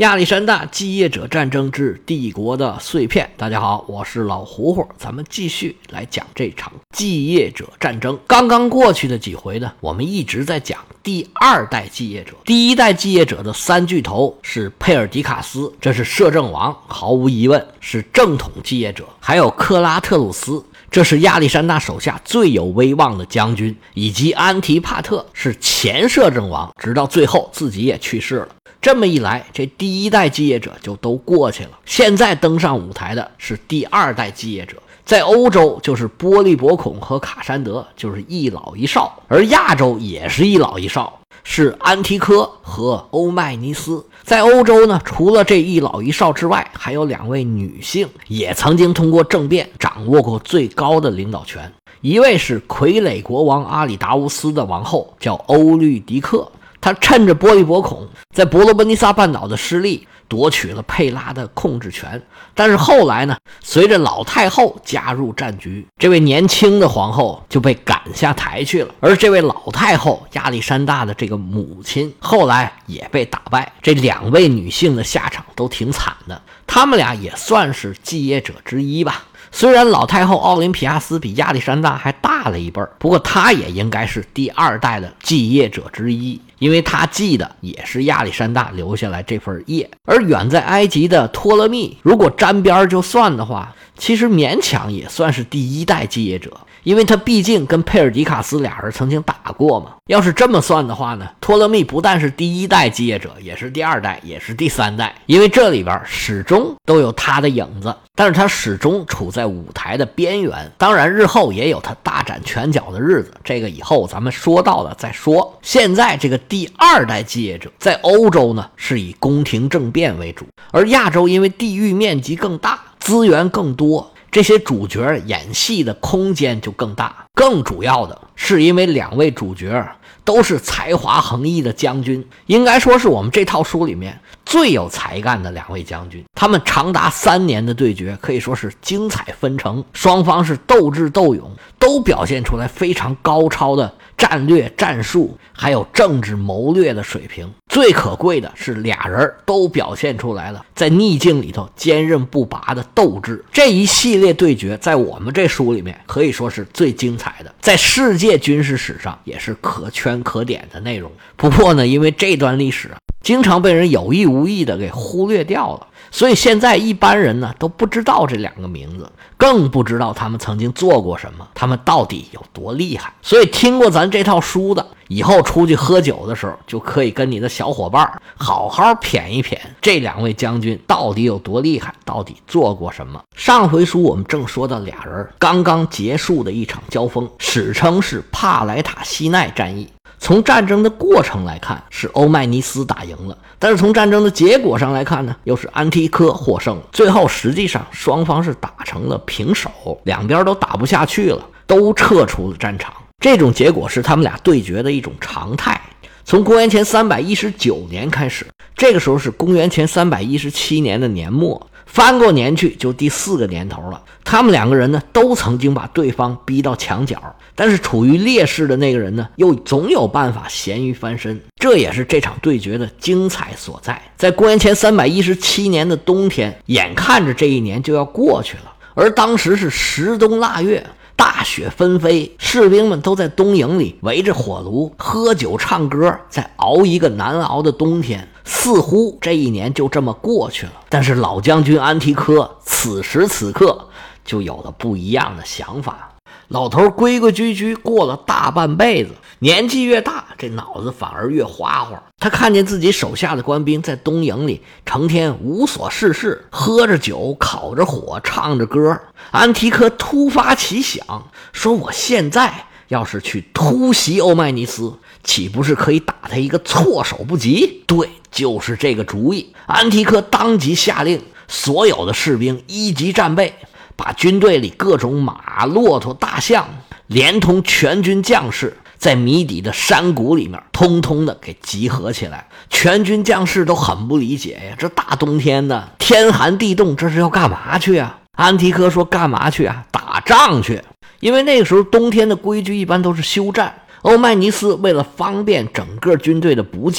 亚历山大继业者战争之帝国的碎片。大家好，我是老胡胡，咱们继续来讲这场继业者战争。刚刚过去的几回呢，我们一直在讲第二代继业者。第一代继业者的三巨头是佩尔迪卡斯，这是摄政王，毫无疑问是正统继业者。还有克拉特鲁斯，这是亚历山大手下最有威望的将军，以及安提帕特是前摄政王，直到最后自己也去世了。这么一来，这第一代继业者就都过去了。现在登上舞台的是第二代继业者，在欧洲就是波利伯孔和卡山德，就是一老一少，而亚洲也是一老一少，是安提柯和欧迈尼斯。在欧洲呢，除了这一老一少之外，还有两位女性也曾经通过政变掌握过最高的领导权。一位是傀儡国王阿里达乌斯的王后，叫欧律狄克，他趁着波利伯孔在伯罗奔尼撒半岛的失利，夺取了佩拉的控制权。但是后来呢，随着老太后加入战局，这位年轻的皇后就被赶下台去了。而这位老太后亚历山大的这个母亲后来也被打败。这两位女性的下场都挺惨的，她们俩也算是继业者之一吧。虽然老太后奥林匹亚斯比亚历山大还大了一辈，不过她也应该是第二代的继业者之一，因为她继的也是亚历山大留下来这份业。而远在埃及的托勒密，如果沾边就算的话，其实勉强也算是第一代继业者，因为他毕竟跟佩尔迪卡斯俩人曾经打过嘛。要是这么算的话呢，托勒密不但是第一代继业者，也是第二代，也是第三代，因为这里边始终都有他的影子，但是他始终处在舞台的边缘。当然日后也有他大展拳脚的日子，这个以后咱们说到了再说。现在这个第二代继业者在欧洲呢是以宫廷政变为主，而亚洲因为地域面积更大，资源更多，这些主角演戏的空间就更大。更主要的是因为两位主角都是才华横溢的将军，应该说是我们这套书里面最有才干的两位将军。他们长达3年的对决可以说是精彩纷呈，双方是斗智斗勇，都表现出来非常高超的战略战术还有政治谋略的水平。最可贵的是俩人都表现出来了在逆境里头坚韧不拔的斗志。这一系列对决在我们这书里面可以说是最精彩的，在世界军事史上也是可圈可点的内容。不过呢，因为这段历史经常被人有意无意的给忽略掉了，所以现在一般人呢都不知道这两个名字，更不知道他们曾经做过什么，他们到底有多厉害。所以听过咱这套书的，以后出去喝酒的时候就可以跟你的小伙伴好好谝一谝这两位将军到底有多厉害，到底做过什么。上回书我们正说到俩人刚刚结束的一场交锋，史称是帕莱塔西奈战役。从战争的过程来看是欧迈尼斯打赢了，但是从战争的结果上来看呢，又是安提柯获胜了。最后实际上双方是打成了平手，两边都打不下去了，都撤出了战场。这种结果是他们俩对决的一种常态。从公元前319年开始，这个时候是公元前317年的年末，翻过年去就第4个年头了。他们两个人呢都曾经把对方逼到墙角，但是处于劣势的那个人呢又总有办法咸鱼翻身，这也是这场对决的精彩所在。在公元前317年的冬天，眼看着这一年就要过去了，而当时是十冬腊月，大雪纷飞，士兵们都在冬营里围着火炉喝酒唱歌，在熬一个难熬的冬天。似乎这一年就这么过去了，但是老将军安提柯此时此刻就有了不一样的想法。老头规规矩矩过了大半辈子，年纪越大，这脑子反而越花花。他看见自己手下的官兵在冬营里成天无所事事，喝着酒，烤着火，唱着歌。安提柯突发奇想，说我现在要是去突袭欧迈尼斯，岂不是可以打他一个措手不及？对，就是这个主意。安提柯当即下令所有的士兵一级战备，把军队里各种马、骆驼、大象连同全军将士在谜底的山谷里面通通的给集合起来。全军将士都很不理解呀，这大冬天的天寒地冻，这是要干嘛去啊？安提柯说干嘛去啊？打仗去。因为那个时候冬天的规矩一般都是休战，欧迈尼斯为了方便整个军队的补给，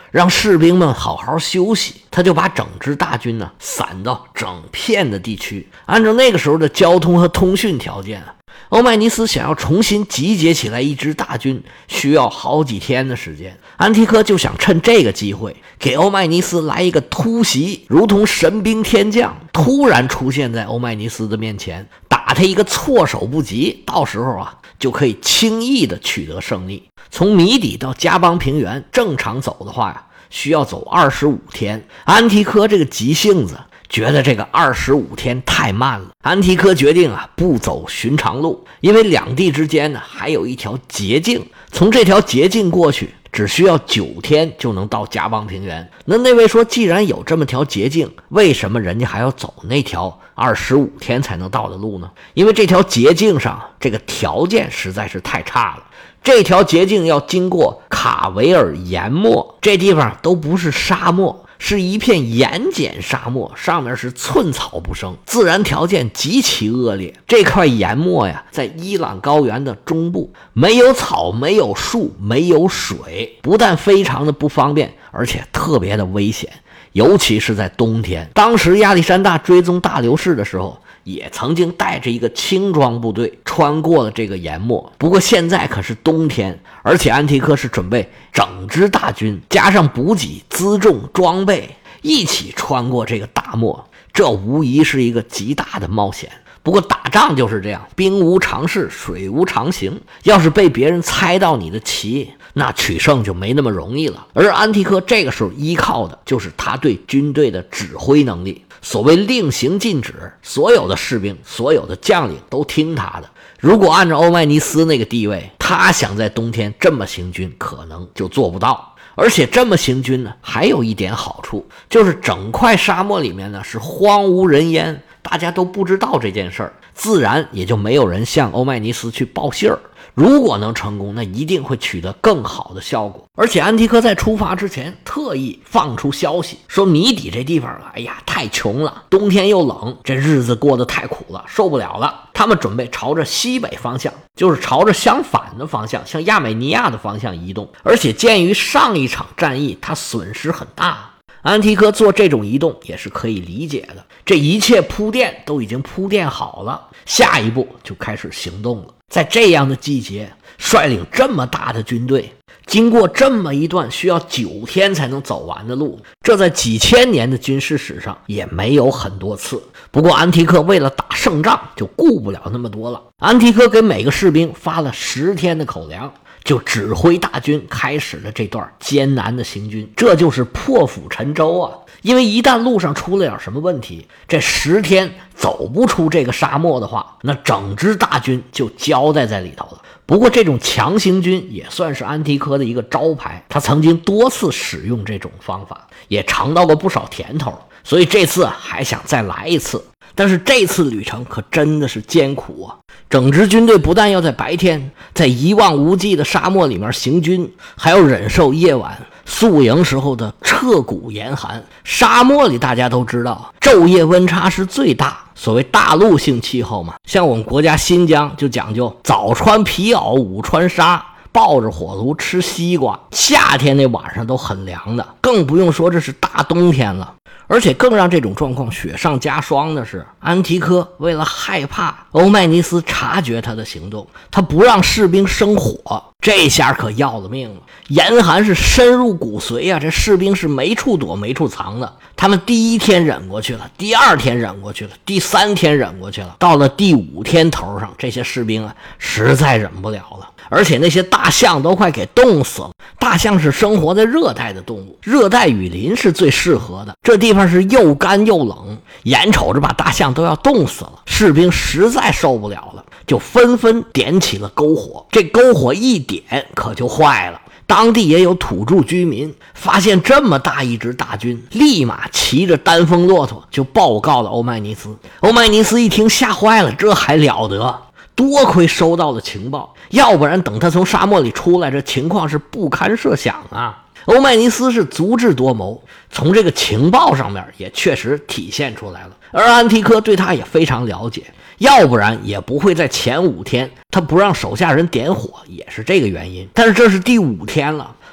让士兵们好好休息。他就把整支大军呢散到整片的地区。按照那个时候的交通和通讯条件，欧迈尼斯想要重新集结起来一支大军，需要好几天的时间。安提柯就想趁这个机会给欧迈尼斯来一个突袭，如同神兵天将突然出现在欧迈尼斯的面前，打他一个措手不及，到时候就可以轻易的取得胜利。从米底到加邦平原正常走的话需要走25天。安提柯这个急性子觉得这个25天太慢了，安提柯决定不走寻常路，因为两地之间呢还有一条捷径，从这条捷径过去只需要9天就能到加邦平原。那位说，既然有这么条捷径，为什么人家还要走那条25天才能到的路呢？因为这条捷径上这个条件实在是太差了。这条捷径要经过卡维尔研末，这地方都不是沙漠，是一片盐碱沙漠，上面是寸草不生，自然条件极其恶劣。这块研末在伊朗高原的中部，没有草，没有树，没有水，不但非常的不方便，而且特别的危险，尤其是在冬天。当时亚历山大追踪大流士的时候，也曾经带着一个轻装部队穿过了这个研末。不过现在可是冬天，而且安提柯是准备整支大军加上补给、辎重、装备一起穿过这个大漠，这无疑是一个极大的冒险。不过打仗就是这样，兵无常势，水无常形，要是被别人猜到你的棋，那取胜就没那么容易了。而安提柯这个时候依靠的就是他对军队的指挥能力，所谓令行禁止，所有的士兵，所有的将领都听他的。如果按照欧迈尼斯那个地位，他想在冬天这么行军，可能就做不到。而且这么行军呢，还有一点好处，就是整块沙漠里面呢是荒无人烟，大家都不知道这件事儿，自然也就没有人向欧迈尼斯去报信儿。如果能成功，那一定会取得更好的效果。而且安提柯在出发之前特意放出消息，说米底这地方太穷了，冬天又冷，这日子过得太苦了，受不了了。他们准备朝着西北方向，就是朝着相反的方向，向亚美尼亚的方向移动。而且鉴于上一场战役他损失很大，安提柯做这种移动也是可以理解的。这一切铺垫都已经铺垫好了，下一步就开始行动了。在这样的季节，率领这么大的军队，经过这么一段需要9天才能走完的路，这在几千年的军事史上也没有很多次。不过安提柯为了打胜仗，就顾不了那么多了。安提柯给每个士兵发了10天的口粮，就指挥大军开始了这段艰难的行军。这就是破釜沉舟啊！因为一旦路上出了点什么问题，这10天走不出这个沙漠的话，那整支大军就交代在里头了。不过这种强行军也算是安提柯的一个招牌，他曾经多次使用这种方法，也尝到过不少甜头，所以这次还想再来一次。但是这次旅程可真的是艰苦啊！整支军队不但要在白天在一望无际的沙漠里面行军，还要忍受夜晚宿营时候的彻骨严寒。沙漠里大家都知道，昼夜温差是最大，所谓大陆性气候嘛。像我们国家新疆就讲究早穿皮袄，午穿纱，抱着火炉吃西瓜，夏天那晚上都很凉的，更不用说这是大冬天了。而且更让这种状况雪上加霜的是，安提柯为了害怕欧迈尼斯察觉他的行动，他不让士兵生火，这下可要了命了。严寒是深入骨髓啊，这士兵是没处躲没处藏的。他们第1天忍过去了，第2天忍过去了，第3天忍过去了，到了第5天头上，这些士兵实在忍不了了。而且那些大象都快给冻死了。大象是生活在热带的动物，热带雨林是最适合的，这地方是又干又冷，眼瞅着把大象都要冻死了，士兵实在受不了了，就纷纷点起了篝火。这篝火一点可就坏了，当地也有土著居民发现这么大一支大军，立马骑着单峰骆驼就报告了欧迈尼斯。欧迈尼斯一听吓坏了，这还了得，多亏收到了情报，要不然等他从沙漠里出来，这情况是不堪设想啊。欧迈尼斯是足智多谋，从这个情报上面也确实体现出来了，而安提柯对他也非常了解，要不然也不会在前5天他不让手下人点火，也是这个原因。但是这是第5天了，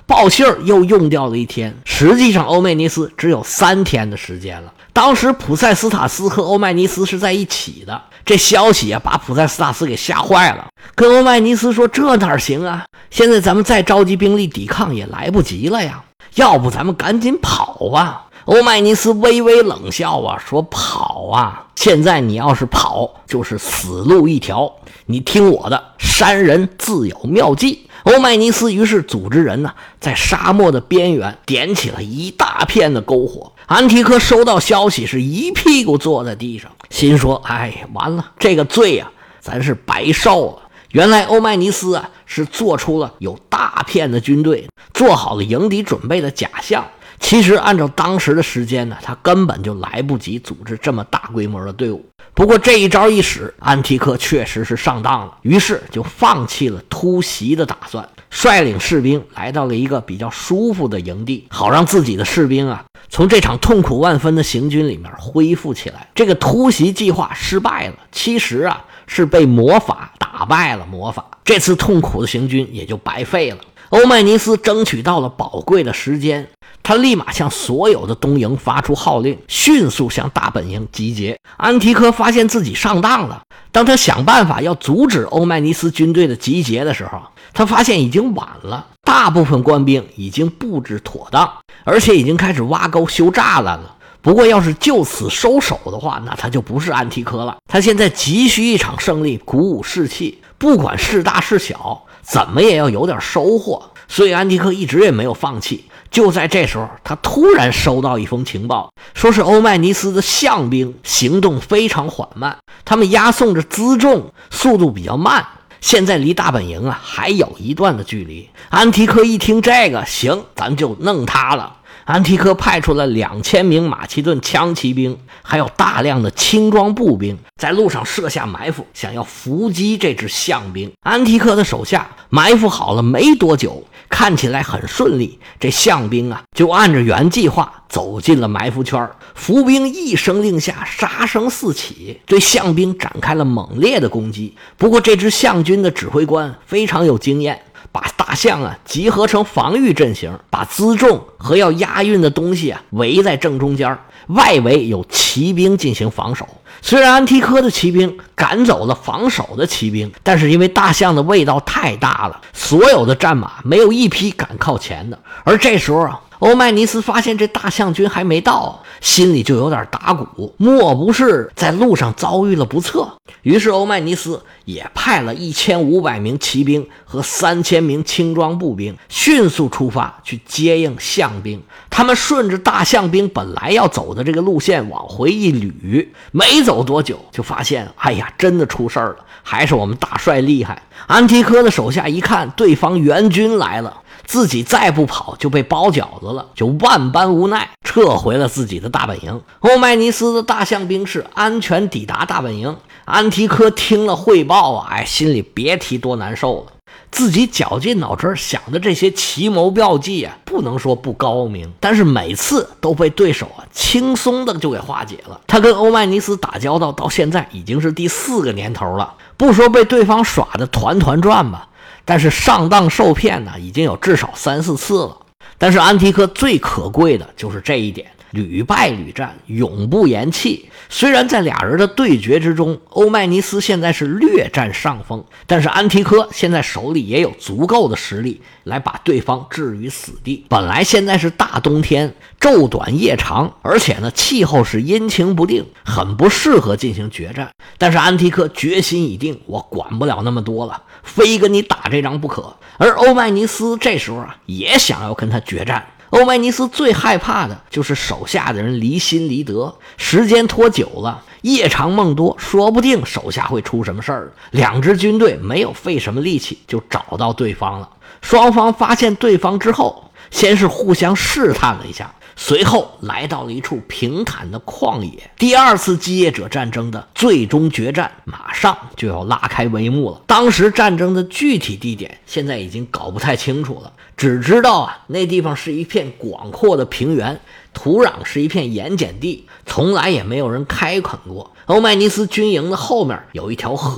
报信儿又用掉了1天，实际上欧迈尼斯只有3天的时间了。当时普塞斯塔斯和欧迈尼斯是在一起的，这消息啊把普塞斯塔斯给吓坏了，跟欧迈尼斯说这哪行啊，现在咱们再召集兵力抵抗也来不及了呀，要不咱们赶紧跑啊。欧迈尼斯微微冷笑啊，说跑啊，现在你要是跑就是死路一条，你听我的，山人自有妙计。欧迈尼斯于是组织人呢，在沙漠的边缘点起了一大片的篝火。安提柯收到消息是一屁股坐在地上，心说哎，完了，这个罪啊咱是白受了。原来欧迈尼斯啊是做出了有大片的军队，做好了迎敌准备的假象。其实按照当时的时间呢，他根本就来不及组织这么大规模的队伍。不过这一招一使，安提柯确实是上当了，于是就放弃了突袭的打算，率领士兵来到了一个比较舒服的营地，好让自己的士兵啊从这场痛苦万分的行军里面恢复起来。这个突袭计划失败了，其实啊是被魔法打败了魔法，这次痛苦的行军也就白费了。欧迈尼斯争取到了宝贵的时间，他立马向所有的东营发出号令，迅速向大本营集结。安提柯发现自己上当了，当他想办法要阻止欧迈尼斯军队的集结的时候，他发现已经晚了，大部分官兵已经布置妥当，而且已经开始挖沟修栅栏了。不过要是就此收手的话，那他就不是安提柯了。他现在急需一场胜利鼓舞士气，不管是大是小，怎么也要有点收获。所以安提柯一直也没有放弃。就在这时候，他突然收到一封情报，说是欧迈尼斯的象兵行动非常缓慢，他们押送着辎重，速度比较慢，现在离大本营啊还有一段的距离。安提柯一听这个，行，咱就弄他了。安提柯派出了2000名马其顿枪骑兵，还有大量的轻装步兵，在路上设下埋伏，想要伏击这支象兵。安提柯的手下埋伏好了没多久，看起来很顺利，这象兵啊就按着原计划走进了埋伏圈。伏兵一声令下，杀声四起，对象兵展开了猛烈的攻击。不过这支象军的指挥官非常有经验，把大象啊集合成防御阵型，把辎重和要押运的东西啊围在正中间，外围有骑兵进行防守。虽然安提柯的骑兵赶走了防守的骑兵，但是因为大象的味道太大了，所有的战马没有一匹敢靠前的。而这时候啊，欧迈尼斯发现这大象军还没到，心里就有点打鼓，莫不是在路上遭遇了不测。于是欧迈尼斯也派了1500名骑兵和3000名轻装步兵迅速出发去接应象兵。他们顺着大象兵本来要走的这个路线往回一捋，没走多久就发现，哎呀，真的出事儿了，还是我们大帅厉害。安提柯的手下一看对方援军来了，自己再不跑就被包饺子了，就万般无奈撤回了自己的大本营。欧迈尼斯的大象兵士安全抵达大本营。安提柯听了汇报啊，心里别提多难受了。自己绞尽脑汁想的这些奇谋妙计啊，不能说不高明，但是每次都被对手啊轻松的就给化解了。他跟欧迈尼斯打交道到现在已经是第4个年头了，不说被对方耍得团团转吧，但是上当受骗呢已经有至少3、4次了。但是安提柯最可贵的就是这一点，屡败屡战，永不言弃。虽然在俩人的对决之中，欧迈尼斯现在是略占上风，但是安提柯现在手里也有足够的实力来把对方置于死地。本来现在是大冬天，昼短夜长，而且呢气候是阴晴不定，很不适合进行决战。但是安提柯决心已定，我管不了那么多了，非跟你打这仗不可。而欧迈尼斯这时候啊也想要跟他决战。欧迈尼斯最害怕的就是手下的人离心离德，时间拖久了，夜长梦多，说不定手下会出什么事儿。两支军队没有费什么力气就找到对方了。双方发现对方之后，先是互相试探了一下，随后来到了一处平坦的旷野。第2次基业者战争的最终决战马上就要拉开帷幕了。当时战争的具体地点现在已经搞不太清楚了，只知道啊，那地方是一片广阔的平原，土壤是一片盐碱地，从来也没有人开垦过。欧迈尼斯军营的后面有一条河，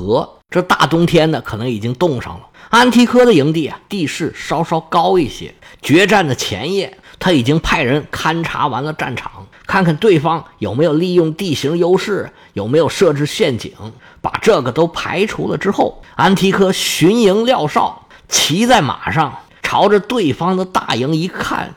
这大冬天的可能已经冻上了。安提柯的营地啊，地势稍稍高一些，决战的前夜他已经派人勘察完了战场，看看对方有没有利用地形优势，有没有设置陷阱。把这个都排除了之后，安提柯巡营廖少，骑在马上，朝着对方的大营一看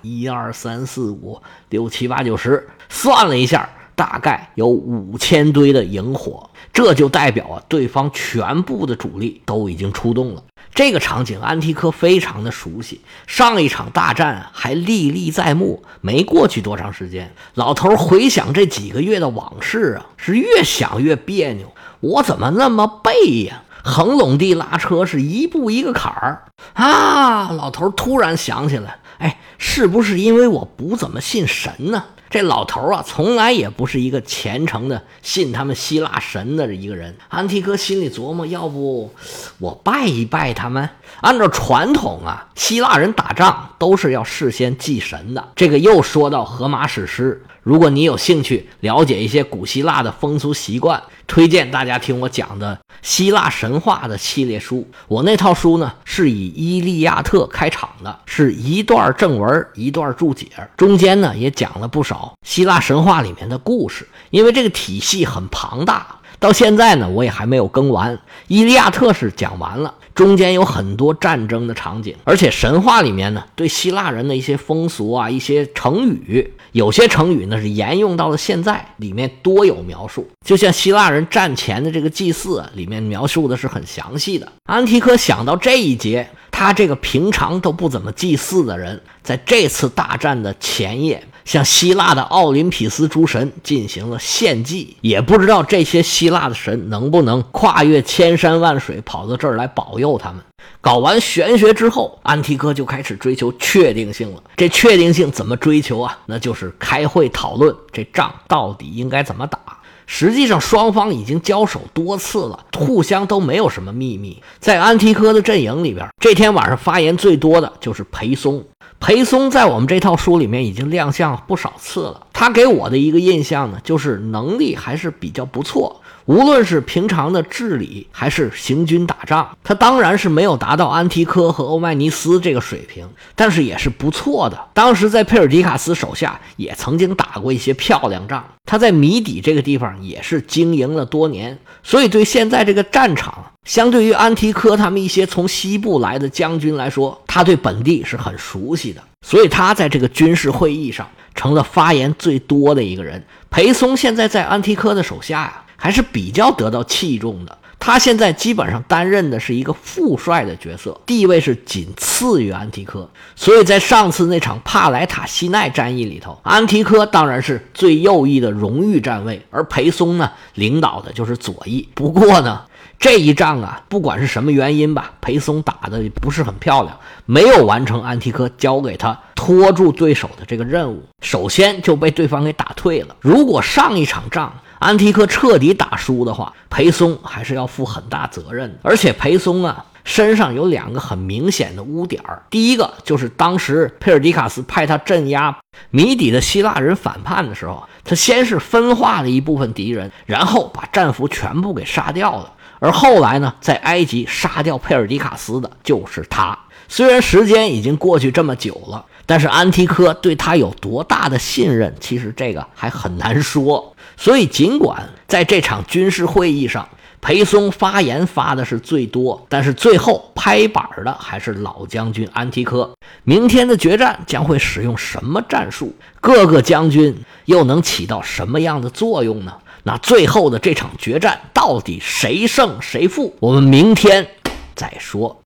，1、2、3、4、5、6、7、8、9、10，算了一下，大概有5000堆的营火，这就代表啊，对方全部的主力都已经出动了。这个场景安提柯非常的熟悉，上一场大战还历历在目。没过去多长时间，老头回想这几个月的往事啊，是越想越别扭。我怎么那么背呀？横垄地拉车是一步一个坎儿啊！老头突然想起来，是不是因为我不怎么信神呢？这老头啊，从来也不是一个虔诚的信他们希腊神的一个人。安提柯心里琢磨，要不我拜一拜他们？按照传统啊，希腊人打仗都是要事先祭神的。这个又说到荷马史诗，如果你有兴趣了解一些古希腊的风俗习惯，推荐大家听我讲的希腊神话的系列书。我那套书呢，是以伊利亚特开场的，是一段正文一段注解，中间呢也讲了不少希腊神话里面的故事。因为这个体系很庞大，到现在呢我也还没有更完。伊利亚特是讲完了，中间有很多战争的场景，而且神话里面呢对希腊人的一些风俗啊，一些成语，有些成语呢是沿用到了现在，里面多有描述。就像希腊人战前的这个祭祀里面描述的是很详细的。安提柯想到这一节，他这个平常都不怎么祭祀的人，在这次大战的前夜向希腊的奥林匹斯诸神进行了献祭，也不知道这些希腊的神能不能跨越千山万水跑到这儿来保佑他们。搞完玄学之后，安提柯就开始追求确定性了。这确定性怎么追求啊？那就是开会讨论这仗到底应该怎么打。实际上双方已经交手多次了，互相都没有什么秘密。在安提柯的阵营里边，这天晚上发言最多的就是裴松。裴松在我们这套书里面已经亮相不少次了，他给我的一个印象呢，就是能力还是比较不错，无论是平常的治理还是行军打仗，他当然是没有达到安提柯和欧迈尼斯这个水平，但是也是不错的。当时在佩尔迪卡斯手下也曾经打过一些漂亮仗，他在米底这个地方也是经营了多年，所以对现在这个战场，相对于安提柯他们一些从西部来的将军来说，他对本地是很熟悉的，所以他在这个军事会议上成了发言最多的一个人。裴松现在在安提柯的手下呀，还是比较得到器重的。他现在基本上担任的是一个副帅的角色，地位是仅次于安提柯。所以在上次那场帕莱塔西奈战役里头，安提柯当然是最右翼的荣誉站位，而裴松呢领导的就是左翼。不过呢，这一仗啊，不管是什么原因吧，裴松打的不是很漂亮，没有完成安提柯交给他拖住对手的这个任务，首先就被对方给打退了。如果上一场仗安提柯彻底打输的话，裴松还是要负很大责任的。而且裴松啊身上有两个很明显的污点，第一个就是当时佩尔迪卡斯派他镇压米底的希腊人反叛的时候，他先是分化了一部分敌人，然后把战俘全部给杀掉了。而后来呢，在埃及杀掉佩尔迪卡斯的就是他。虽然时间已经过去这么久了，但是安提柯对他有多大的信任，其实这个还很难说。所以尽管在这场军事会议上裴松发言发的是最多，但是最后拍板的还是老将军安提柯。明天的决战将会使用什么战术？各个将军又能起到什么样的作用呢？那最后的这场决战到底谁胜谁负？我们明天再说。